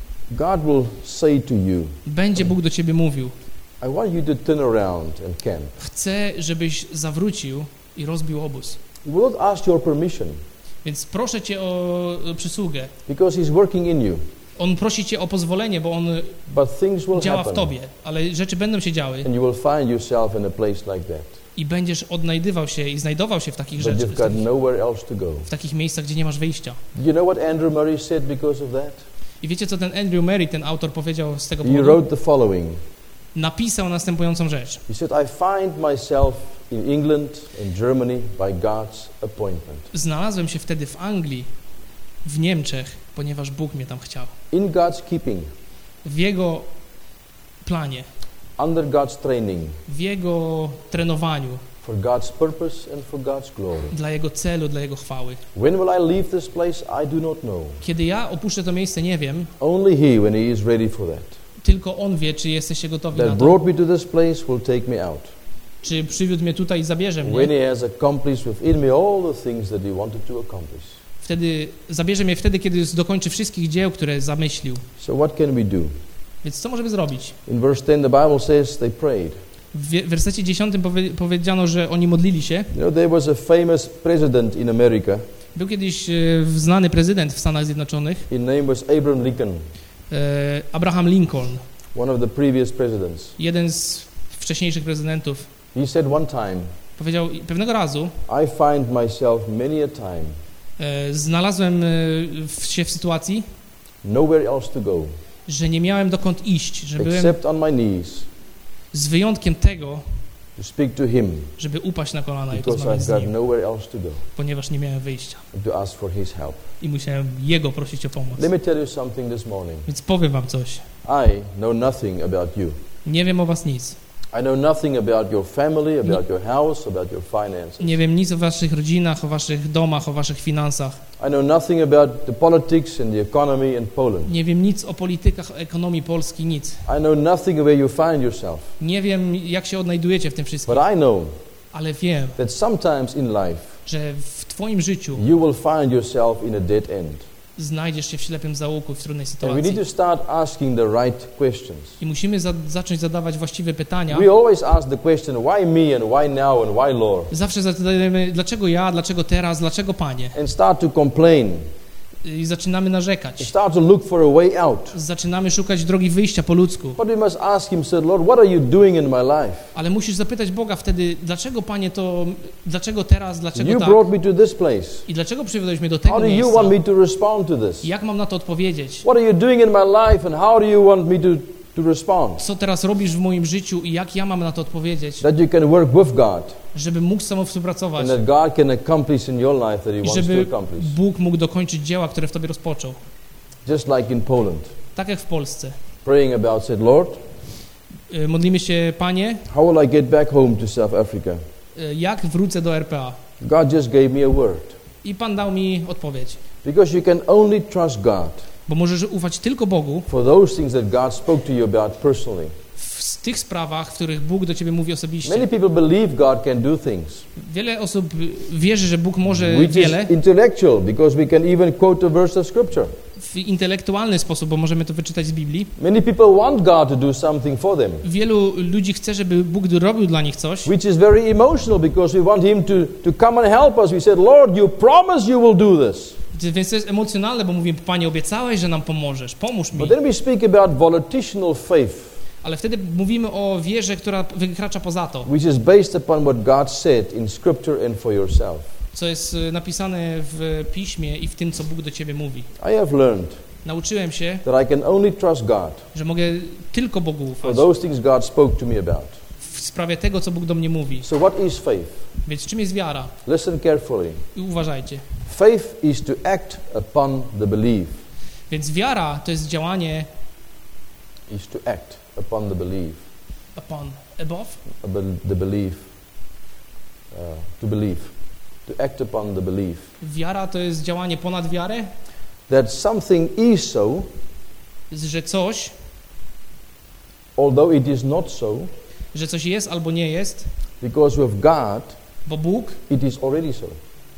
God will say to you, będzie Bóg do ciebie mówił: I want you to turn around and camp. chcę, żebyś zawrócił i rozbił obóz. He will not ask your permission Więc proszę cię o przysługę. because He's working in you. On prosi cię o pozwolenie, bo On But things will działa w happen tobie, ale rzeczy będą się działy and you will find yourself in a place like that. i będziesz odnajdywał się i znajdował się w takich But rzeczach, you've got nowhere else to go. w takich miejscach, gdzie nie masz wyjścia. You know what Andrew Murray said because of that? I wiecie, co ten Andrew Murray, ten autor, powiedział z tego He powodu? wrote the following. Napisał następującą rzecz. He said, I find myself in England and Germany by God's appointment. Znalazłem się wtedy w Anglii, w Niemczech, ponieważ Bóg mnie tam chciał. In God's keeping, W Jego planie, under God's training, w Jego trenowaniu, for God's purpose and for God's glory. dla Jego celu, dla Jego chwały. When will I leave this place? I do not know. Kiedy ja opuszczę to miejsce, nie wiem, Only He, when He is ready for that. tylko On wie, czy jesteście gotowi na That to, brought me to this place will take me out. czy przywiódł mnie tutaj i zabierze When mnie. He has accomplished within me all the things that He wanted to accomplish. Wtedy zabierze mnie wtedy, kiedy dokończy wszystkich dzieł, które zamyślił. So what can we do? Więc co możemy zrobić? In verse 10 the Bible says they prayed. W wersecie 10 powiedziano, że oni modlili się. You know, there was a famous president in America. Był kiedyś znany prezydent w Stanach Zjednoczonych, His name was Abraham Lincoln, Abraham Lincoln, one of the previous presidents. jeden z wcześniejszych prezydentów. He said one time, Powiedział pewnego razu, I find myself many a time znalazłem się w sytuacji, nowhere else to go że nie miałem dokąd iść, że byłem except on my knees z wyjątkiem tego, to speak to Him żeby upaść na kolana i because rozmawiać I've z got Nim, nowhere else to go ponieważ nie miałem wyjścia and to ask for His help. i musiałem Jego prosić o pomoc. Let me tell you something this morning. Więc powiem wam coś. I know nothing about you. Nie wiem o was nic. I know nothing about your family, about your house, about your finances. Nie wiem nic o waszych rodzinach, o waszych domach, o waszych finansach. I know nothing about the politics and the economy in Poland. Nie wiem nic o politykach, o ekonomii Polski, nic. I know nothing where you find yourself. Nie wiem, jak się odnajdujecie w tym wszystkim, But I know ale wiem, that sometimes in life że w twoim życiu you will find yourself in a dead end. znajdziesz się w ślepym zaułku, w trudnej And we sytuacji. need to start asking the right questions. I musimy zacząć zadawać właściwe pytania. We always ask the question, why me and why now and why Lord? Zawsze zadajemy, dlaczego ja, dlaczego teraz, dlaczego Panie? And start to complain. I zaczynamy narzekać. And start to look for a way out. Zaczynamy szukać drogi wyjścia po ludzku. But we must ask Him, say, Lord, what are you doing in my life? Ale musisz zapytać Boga wtedy, dlaczego Panie to, dlaczego teraz, dlaczego You tak? brought me to this place. I dlaczego przywiodłeś mnie do How tego do you miejsca? want me to respond to this? Jak mam na to odpowiedzieć? What are you doing in my life and how do you want me to respond? Co teraz robisz w moim życiu i jak ja mam na to odpowiedzieć? That you can work with God Żeby mógł z sobą współpracować and that God can accomplish in your life that He i wants żeby to accomplish. Bóg mógł dokończyć dzieła, które w Tobie rozpoczął. Just like in Poland, Tak jak w Polsce. praying about, said, Lord, Modlimy się, Panie, how will I get back home to South Africa? jak wrócę do RPA? God just gave me a word. I Pan dał mi odpowiedź. Because you can only trust God Bo możesz ufać tylko Bogu for those things that God spoke to you about personally. w tych sprawach, w których Bóg do Ciebie mówi osobiście. Many people believe God can do things, Wiele osób wierzy, że Bóg może which wiele is intellectual, because we can even quote a verse of Scripture. w intelektualny sposób, bo możemy to wyczytać z Biblii. Many people want God to do something for them, Wielu ludzi chce, żeby Bóg robił dla nich coś, which is very emotional, because we want Him to come and help us. We said, Lord, you promise you will do this. więc to jest emocjonalne, bo mówimy, Panie, obiecałeś, że nam pomożesz, pomóż mi. But then we speak about volitional faith. Ale wtedy mówimy o wierze, która wykracza poza to, which is based upon what God said in Scripture and for yourself. co jest napisane w Piśmie i w tym, co Bóg do ciebie mówi. I have learned Nauczyłem się, that I can only trust God że mogę tylko Bogu for ufać those things God spoke to me about. w sprawie tego, co Bóg do mnie mówi. So what is faith? Więc czym jest wiara? Listen carefully. I uważajcie. Faith is to act upon the belief. Więc wiara to jest działanie Is to act upon the belief. above. The belief. To believe. To act upon the belief. Wiara to jest działanie ponad wiarę, That something is so, że coś, although it is not so, że coś jest albo nie jest, because with God, bo Bóg it is already so.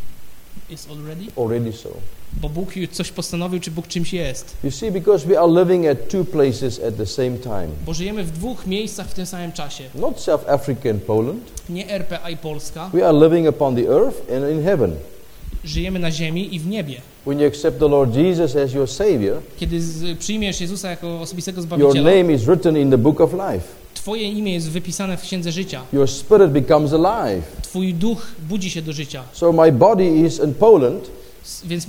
Already so. Bo Bóg coś postanowił, czy Bóg czymś jest. You see, because we are living at two places at the same time. Bo żyjemy w dwóch miejscach w tym samym czasie. Not South Africa and Poland. Nie RPA i Polska. We are living upon the earth and in heaven. Żyjemy na ziemi i w niebie. When you accept the Lord Jesus as your Savior, kiedy przyjmiesz Jezusa jako osobistego your Zbawiciela, name is written in the book of life. Twoje imię jest wypisane w Księdze Życia. Your spirit becomes alive. Twój duch budzi się do życia. So my body is in Poland. Więc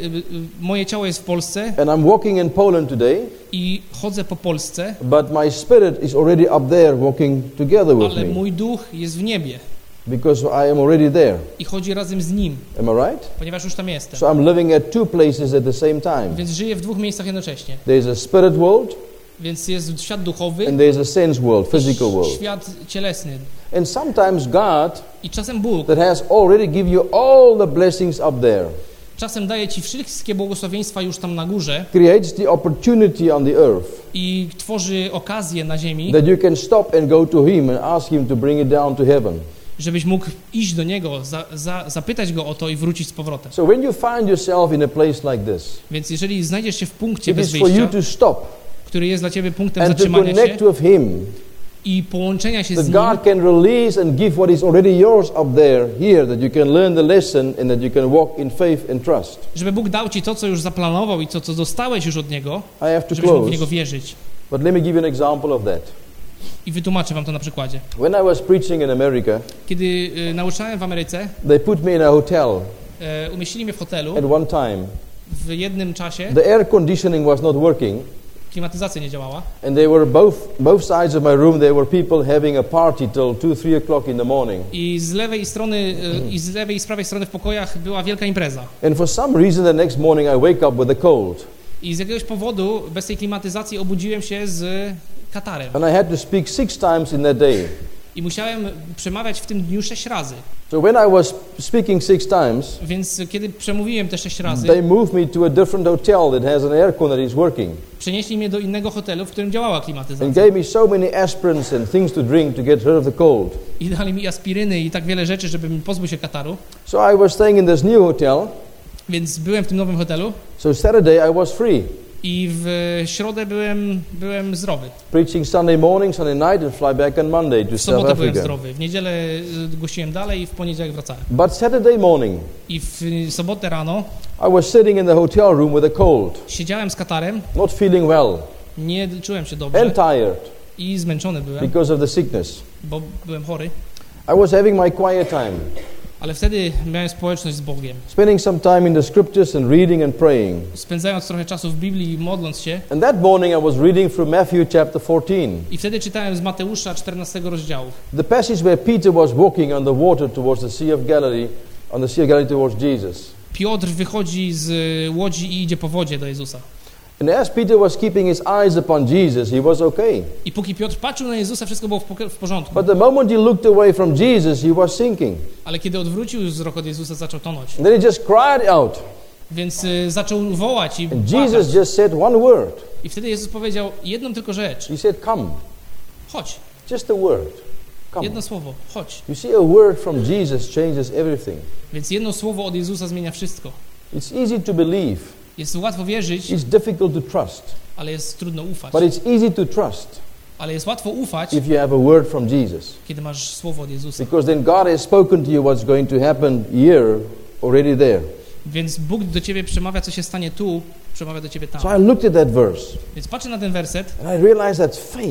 moje ciało jest w Polsce And I'm walking in Poland today. I chodzę po Polsce, But my spirit is already up there walking together with ale me. mój duch jest w niebie Because I am already there. i chodzi razem z Nim, Am I right? ponieważ już tam jestem. So I'm living at two places at the same time. Więc żyję w dwóch miejscach jednocześnie. There's a spirit world Więc jest świat duchowy and there's a sense world, physical world. świat cielesny. And sometimes God, I czasem Bóg that has already given you all the blessings up there, czasem daje Ci wszystkie błogosławieństwa już tam na górze creates the opportunity on the earth i tworzy okazję na ziemi, that you can stop and go to Him and ask Him to bring it down to heaven. żebyś mógł iść do Niego, zapytać Go o to i wrócić z powrotem. So when you find yourself in a place like this, Więc jeżeli znajdziesz się w punkcie it bez is for you wyjścia, to stop który jest dla Ciebie punktem and to zatrzymania się connect with Him, i połączenia się z that Nim, God can release and give what is already yours up there, here, that you can learn the lesson and that you can walk in faith and trust. żeby Bóg dał Ci to, co już zaplanował i co dostałeś już od Niego, I have to żebyś mógł w close, Niego wierzyć. but let me give you an example of that. I wytłumaczę Wam to na przykładzie. When I was preaching in America, Kiedy nauczałem w Ameryce, they put me in a hotel umieścili mnie w hotelu at one time. w jednym czasie, The air conditioning was not working, klimatyzacja nie działała and they were both sides of my room, there were people having a party till 2-3 o'clock in the morning. i z lewej strony i z lewej i z prawej strony w pokojach była wielka impreza. And for some reason the next morning I wake up with a cold. I z jakiegoś powodu bez tej klimatyzacji obudziłem się z katarem. And I had to speak 6 times in that day. I musiałem przemawiać w tym dniu 6 razy. So when I was speaking 6 times, Więc kiedy przemówiłem te 6 razy, they moved me to a different hotel that has an aircon that is working. przenieśli mnie do innego hotelu, w którym działała And klimatyzacja. gave me so many aspirins and things to drink to get rid of the cold. I dali mi aspiryny i tak wiele rzeczy, żebym pozbył się kataru. So I was staying in this new hotel. Więc byłem w tym nowym hotelu So Saturday I was free. i w środę byłem zdrowy. Preaching Sunday morning, Sunday night and fly back on Monday to W South sobotę byłem Africa. zdrowy. W niedzielę głosiłem dalej i w poniedziałek wracałem. But Saturday morning, I w sobotę rano I was sitting in the hotel room with a cold, siedziałem z katarem, not feeling well nie czułem się and dobrze tired i zmęczony byłem, because of the sickness. bo byłem chory. I was having my quiet time, Ale wtedy miałem społeczność z Bogiem. spending some time in the scriptures and reading and praying. Spędzając trochę czasu w Biblii i modląc się. And that morning I was reading through Matthew chapter 14. I wtedy czytałem z Mateusza 14 rozdziału. The passage where Peter was walking on the water towards the Sea of Galilee, on the Sea of Galilee towards Jesus. Piotr wychodzi z łodzi i idzie po wodzie do Jezusa. And as Peter was keeping his eyes upon Jesus, he was okay. I póki Piotr patrzył na Jezusa, wszystko było w porządku. But the moment he looked away from Jesus, he was sinking. Ale kiedy odwrócił wzrok od Jezusa, zaczął tonąć. And then he just cried out. Więc zaczął wołać i And płakać. Jesus just said one word. I wtedy Jezus powiedział jedną tylko rzecz. He said, come. Chodź. Just a word. Come. Jedno słowo. Chodź. You see, a word from Jesus changes everything. Więc jedno słowo od Jezusa zmienia wszystko. It's easy to believe. Jest łatwo wierzyć, It's difficult to trust. ale jest trudno ufać. But it's easy to trust Ale jest łatwo ufać, if you have a word from Jesus. kiedy masz słowo od Jezusa. Because then God has spoken to you what's going to happen here, already there. Więc Bóg do ciebie przemawia, co się stanie tu, przemawia do ciebie tam. So I looked at that verse Więc patrzę na ten werset and I realized that's faith.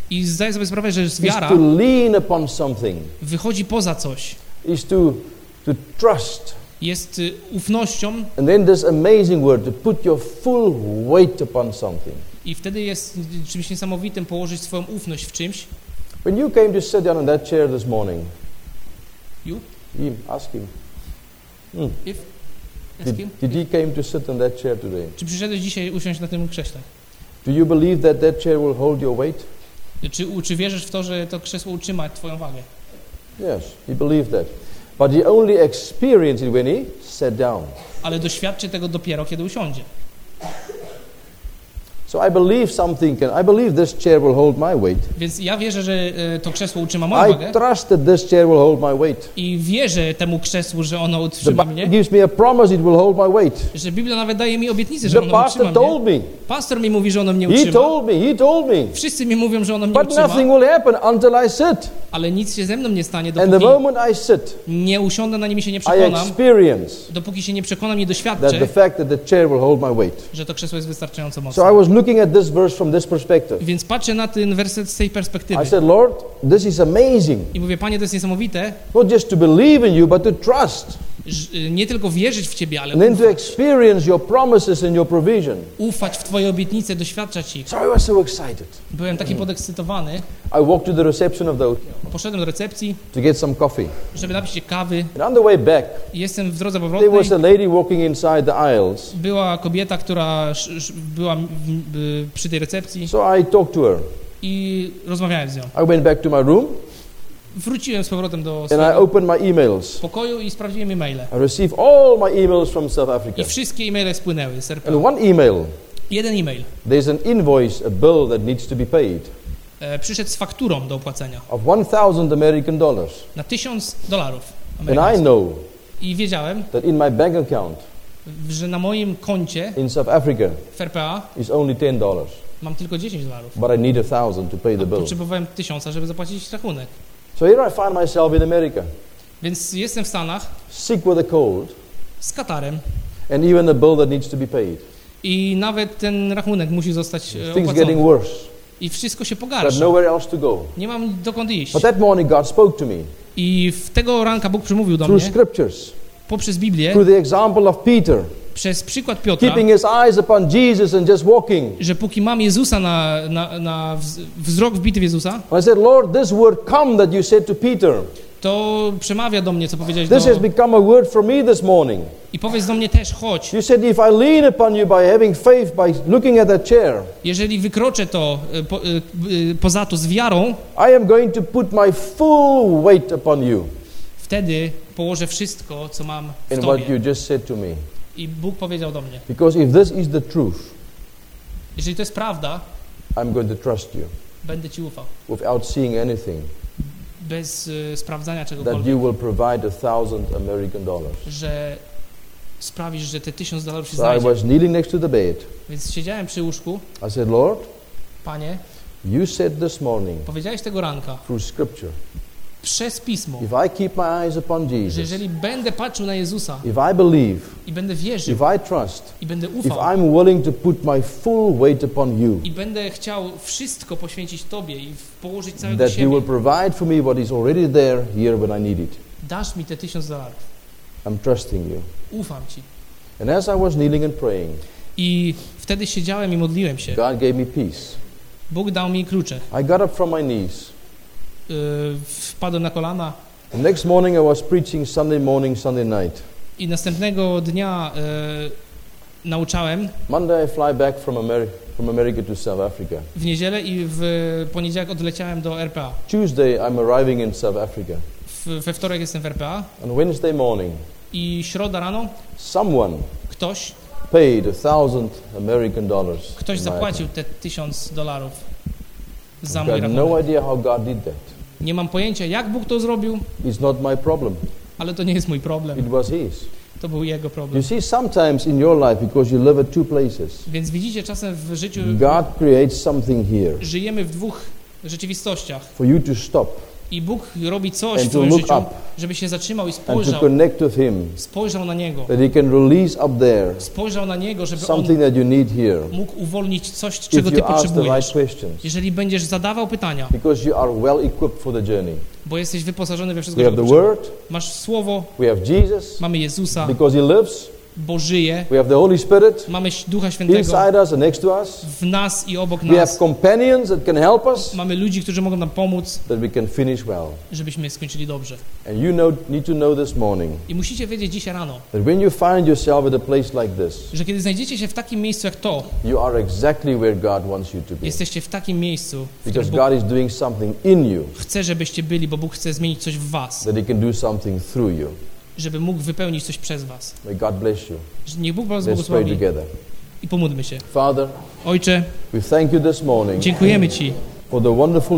I zdaję sobie sprawę, że is wiara to lean upon something, wychodzi poza coś. is to trust. Jest ufnością And then this amazing word, to put your full weight upon something. i wtedy jest czymś niesamowitym położyć swoją ufność w czymś. When you came to sit down in that chair this morning, You? him, ask him. If? Ask him? Did he came to sit in that chair today? Czy przyszedłeś dzisiaj usiąść na tym krześle? Do you believe that that chair will hold your weight? Czy wierzysz w to, że to krzesło utrzyma twoją wagę? Yes, he believed that. But he only experienced it when he sat down. Ale doświadczy tego dopiero, kiedy usiądzie. So I believe I believe this chair will hold my weight. Więc ja wierzę, że to krzesło utrzyma moją wagę I trust that this chair will hold my weight. i wierzę temu krzesłu, że ono The utrzyma Bible mnie, gives me a promise it will hold my weight. że Biblia nawet daje mi obietnicę, że The ono utrzyma pastor told mnie. me. Pastor mi mówi, że ono mnie He utrzyma. told me. Wszyscy mi mówią, że ono mnie But utrzyma, nothing will happen until I sit. ale nic się ze mną nie stanie, And the dopóki moment I sit, nie usiądę na nim i się nie I przekonam, experience dopóki się nie przekonam, nie that doświadczę, the fact that the chair will hold my weight. że to krzesło jest wystarczająco So I mocne. was looking at this verse from this perspective. Więc patrzę na ten werset z tej perspektywy I said, Lord, this is amazing. i mówię, Panie, to jest niesamowite, Not just to believe in you, but to trust. nie tylko wierzyć w Ciebie, ale And then to experience your promises and your provision. ufać w Twoje obietnice, doświadczać ich. So I was so excited. Byłem taki podekscytowany. I walked to the reception of the hotel Poszedłem do recepcji, to get some coffee. żeby napić się kawy. And on the way back, I jestem w drodze there powrotnej. was a lady walking inside the aisles. Była kobieta, która była przy tej recepcji So I talked to her. i rozmawiałem z nią. I went back to my room Wróciłem z powrotem do and I swojego opened my emails. pokoju i sprawdziłem e-maile. I received all my emails from South Africa. I wszystkie e-maile spłynęły z RP. And one email, Jeden e-mail there's an invoice, a bill that needs to be paid przyszedł z fakturą do opłacenia of $1,000 American dollars. na $1000 And I amerykańskich. know I wiedziałem, that in my bank account że na moim koncie in South Africa w RPA is only $10, mam tylko $10. but I need $1,000 to pay the bill. Potrzebowałem 1000, żeby zapłacić rachunek. So here I find myself in America, Więc jestem w Stanach sick with a cold, z katarem and even a bill that needs to be paid. i nawet ten rachunek musi zostać Things opłacony. getting worse, I wszystko się but pogarsza. nowhere else to go. Nie mam dokąd iść. But that morning God spoke to me I w tego ranka Bóg przemówił do through mnie scriptures, poprzez Biblię, through the example of Peter, przez przykład Piotra, keeping his eyes upon Jesus and just walking. że póki mam Jezusa na wzrok wbity w Jezusa, I said, Lord, this word come that you said to Peter, to przemawia do mnie, co powiedziałeś this has become a word for me this morning. i powiedz do mnie też, chodź. You said, if I lean upon you by having faith, by looking at that chair, Jeżeli wykroczę to poza to z wiarą, I am going to put my full weight upon you wtedy położę wszystko, co mam w in what Tobie. you just said to me. I Bóg powiedział do mnie, Because if this is the truth, jeżeli to jest prawda, I'm going to trust you będę Ci ufał. without seeing anything, Bez sprawdzania that czegokolwiek, you will provide $1,000 American dollars. że sprawisz, że te $1000 się So I znajdzie. was kneeling next to the bed. Więc siedziałem przy łóżku. I said, Lord, Panie, you said this morning powiedziałeś tego ranka through scripture, przez Pismo, if I keep my eyes upon że Jesus, jeżeli będę patrzył na Jezusa if I believe, i będę wierzył if I trust, i będę if ufał I'm willing to put my full weight upon you, i będę chciał wszystko poświęcić Tobie i położyć całego that you siebie, will provide for me what is already there here when I need it. dasz mi te $1000. I'm trusting you. Ufam Ci. And as I was kneeling and praying, I wtedy siedziałem i modliłem się. God gave me peace. Bóg dał mi klucze. I got up from my knees. Wpadłem na kolana The next morning I was preaching Sunday morning, Sunday night. i następnego dnia nauczałem Monday I fly back from America to South Africa. w niedzielę i w poniedziałek odleciałem do RPA. Tuesday I'm arriving in South Africa. We wtorek jestem w RPA On Wednesday morning, i środa rano someone ktoś paid $1,000 American dollars. Ktoś in my zapłacił te $1000 za account. mój I've got rachunek. no idea how God did that. Nie mam pojęcia, jak Bóg to zrobił, It's not my problem. ale to nie jest mój problem. It was His. To był Jego You problem. see, sometimes in your life, because you live at two places, Więc widzicie, czasem w życiu God creates something here żyjemy w dwóch rzeczywistościach for you to stop i I Bóg robi coś And w to twoim look życiu, up. żeby się zatrzymał i And to spojrzał. connect with Him. Spojrzał na Niego. That He can release up there Spojrzał na Niego, żeby On something that you need here. mógł uwolnić coś, czego If Ty you ask the right potrzebujesz. questions. Jeżeli będziesz zadawał pytania, Because you are well equipped for the journey. bo jesteś wyposażony we wszystko, We have czego the potrzebujesz. Word. Masz Słowo, We have Jesus. mamy Jezusa, Because He lives. bo żyje. We have the Holy Spirit Mamy Ducha Świętego inside us and next to us. w nas i obok We have nas. companions that can help us. Mamy ludzi, którzy mogą nam pomóc, That we can finish well. żebyśmy skończyli dobrze. And you need to know this morning I musicie wiedzieć dzisiaj rano, that when you find yourself at a place like this, że kiedy znajdziecie się w takim miejscu jak to, you are exactly where God wants you to be. jesteście w takim miejscu, w Because którym Bóg God is doing something in you, chce, żebyście byli, bo Bóg chce zmienić coś w was, that He can do something through you. żeby mógł wypełnić coś przez was. May God bless you. Niech Bóg was Let's pray błogosławi together. i pomódlmy się. Father, Ojcze, we thank you this morning dziękujemy Ci for the wonderful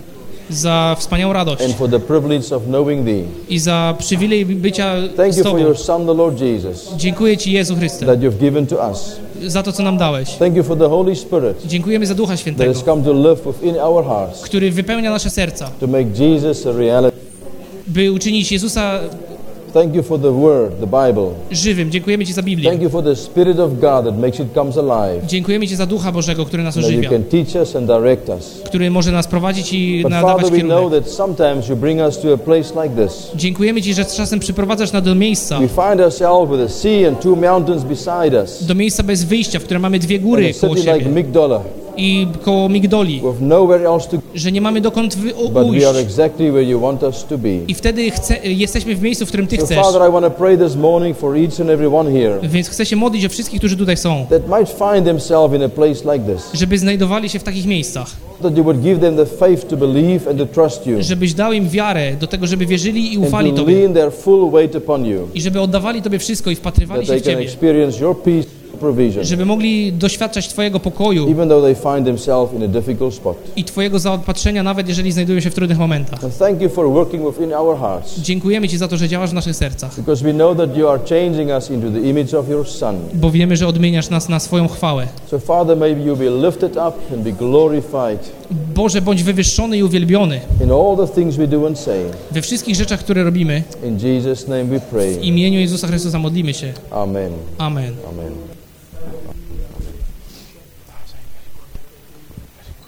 za wspaniałą radość and for the privilege of knowing Thee. i za przywilej bycia Thank z you for Tobą. your Son, the Lord Jesus, Dziękuję Ci, Jezu Chryste, that you've given to us. za to, co nam dałeś. Thank you for the Holy Spirit Dziękujemy za Ducha that Świętego, has come to live within our hearts, który wypełnia nasze serca, to make Jesus a reality. by uczynić Jezusa Thank you for the Word, the Bible. żywym. Dziękujemy Ci za Thank Biblię. you for the Spirit of God that makes it comes alive. Dziękujemy Ci za Ducha Bożego, który nas That you ożywia, can teach us and direct us. który może nas prowadzić i But nadawać Father, we know kierunek. that sometimes you bring us to a place like this. Dziękujemy Ci, że czasem przyprowadzasz nas do miejsca, We find ourselves with a sea and two mountains beside us. do miejsca bez wyjścia, w którym mamy dwie And góry a koło city like siebie Migdala i koło Migdoli, with nowhere else to go. że nie mamy dokąd But ujść. we are exactly where you want us to be. I wtedy jesteśmy w miejscu, w którym Ty So chcesz. Father, I want to pray this morning for each and every one here Więc chcę się modlić o wszystkich, którzy tutaj są, that might find themselves in a place like this. żeby znajdowali się w takich miejscach, That you would give them the faith to believe and to trust you. żebyś dał im wiarę do tego, żeby wierzyli i ufali And to Tobie lean their full weight upon you. i żeby oddawali Tobie wszystko i wpatrywali That się they w can Ciebie, experience your peace and provision. żeby mogli doświadczać Twojego pokoju Even though they find themselves in a difficult spot. i Twojego zaopatrzenia, nawet jeżeli znajdują się w trudnych momentach. And thank you for working within our hearts. Dziękujemy Ci za to, że działasz w naszych sercach, Because we know that you are changing us into the image of your Son. bo wiemy, że odmieniasz nas na swoją chwałę. So Father, may you be lifted up and be glorified Boże, bądź wywyższony i uwielbiony in all the things we do and say. we wszystkich rzeczach, które robimy. In Jesus' name we W pray. imieniu Jezusa Chrystusa modlimy się. Amen. Amen. Amen.